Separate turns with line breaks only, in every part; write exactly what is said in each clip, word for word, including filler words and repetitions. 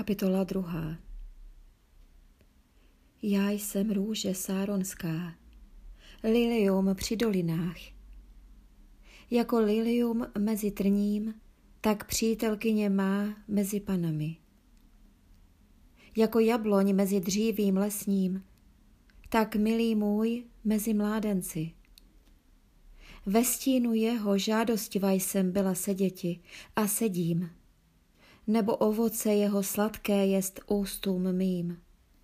Kapitola druhá. Já jsem růže sáronská, lilium při dolinách. Jako lilium mezi trním, tak přítelkyně má mezi panami. Jako jabloň mezi dřívím lesním, tak milý můj mezi mládenci. Ve stínu jeho žádostivá jsem byla seděti a sedím, nebo ovoce jeho sladké jest ústům mým.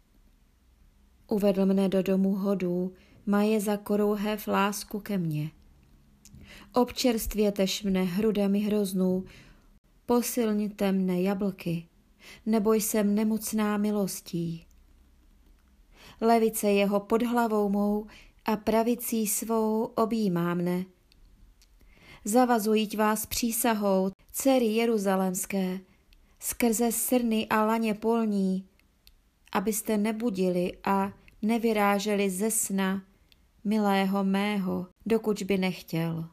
Uvedl mne do domu hodů, maje za korouhev lásku ke mně. Občerstvětež mne hrudami hroznů, posilňte mne jablky, nebo jsem nemocná milostí. Levice jeho pod hlavou mou a pravicí svou objímá mne. Zavazujíť vás přísahou, dcery jeruzalémské, skrze srny a laně polní, abyste nebudili a nevyráželi ze sna milého mého, dokud by nechtěl.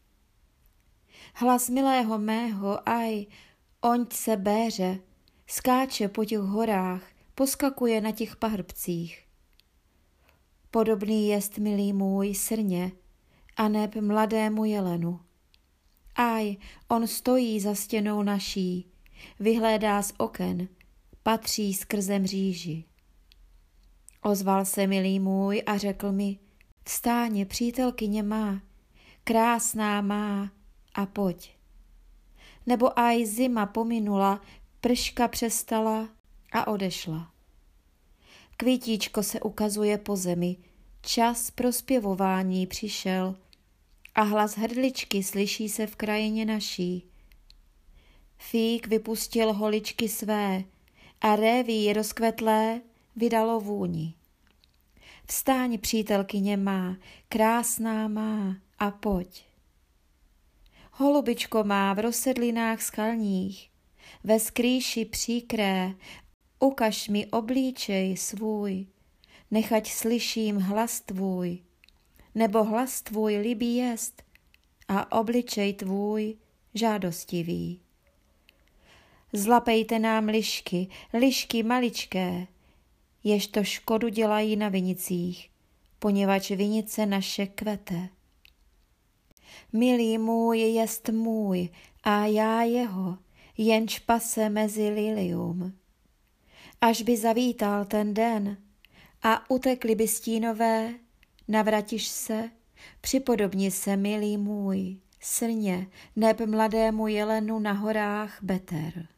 Hlas milého mého, aj, oňť se béře, skáče po těch horách, poskakuje na těch pahrbcích. Podobný jest milý můj srně, a neb mladému jelenu. Aj, on stojí za stěnou naší, vyhlédá z oken, patří skrze mříži. Ozval se milý můj a řekl mi, vstáně, přítelkyně má, krásná má, a pojď. Nebo aj zima pominula, prška přestala a odešla. Kvítíčko se ukazuje po zemi, čas pro zpěvování přišel a hlas hrdličky slyší se v krajině naší. Fík vypustil holičky své a réví rozkvetlé vydalo vůni. Vstáň, přítelkyně má, krásná má, a pojď. Holubičko má v rozsedlinách skalních, ve skrýši příkré, ukaž mi oblíčej svůj, nechať slyším hlas tvůj, nebo hlas tvůj libý jest a obličej tvůj žádostivý. Zlapejte nám lišky, lišky maličké, jež to škodu dělají na vinicích, poněvadž vinice naše kvete. Milý můj jest můj a já jeho, jenž pase mezi lilium. Až by zavítal ten den a utekli by stínové, navratiš se, připodobni se, milý můj, srně, neb mladému jelenu na horách Beter.